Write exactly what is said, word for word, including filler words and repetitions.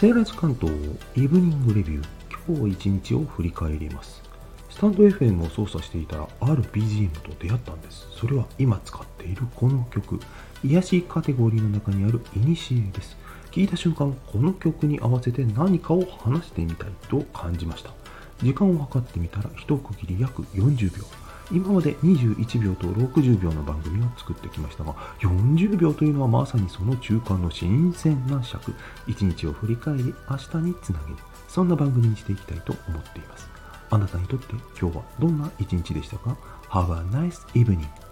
セーラーズ関東イブニングレビュー、今日一日を振り返ります。スタンド エフエム を操作していたらある ビージーエム と出会ったんです。それは今使っているこの曲、癒しカテゴリーの中にあるイニシエです。聴いた瞬間、この曲に合わせて何かを話してみたいと感じました。時間を計ってみたら一区切り約よんじゅうびょう。今までにじゅういちびょうとろくじゅうびょうの番組を作ってきましたが、よんじゅうびょうというのはまさにその中間の新鮮な尺。一日を振り返り、明日につなげる。そんな番組にしていきたいと思っています。あなたにとって今日はどんな一日でしたか？ Have a nice evening.